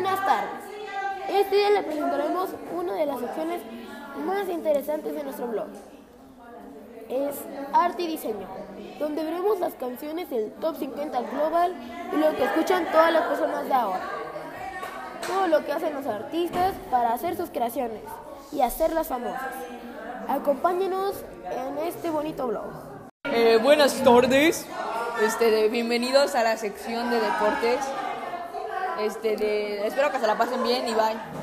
Buenas tardes. Este día le presentaremos una de las secciones más interesantes de nuestro blog. Es Arte y Diseño, donde veremos las canciones del Top 50 Global y lo que escuchan todas las personas de ahora. Todo lo que hacen los artistas para hacer sus creaciones y hacerlas famosas. Acompáñenos en este bonito blog. Buenas tardes, bienvenidos a la sección de deportes. Espero que se la pasen bien y bye.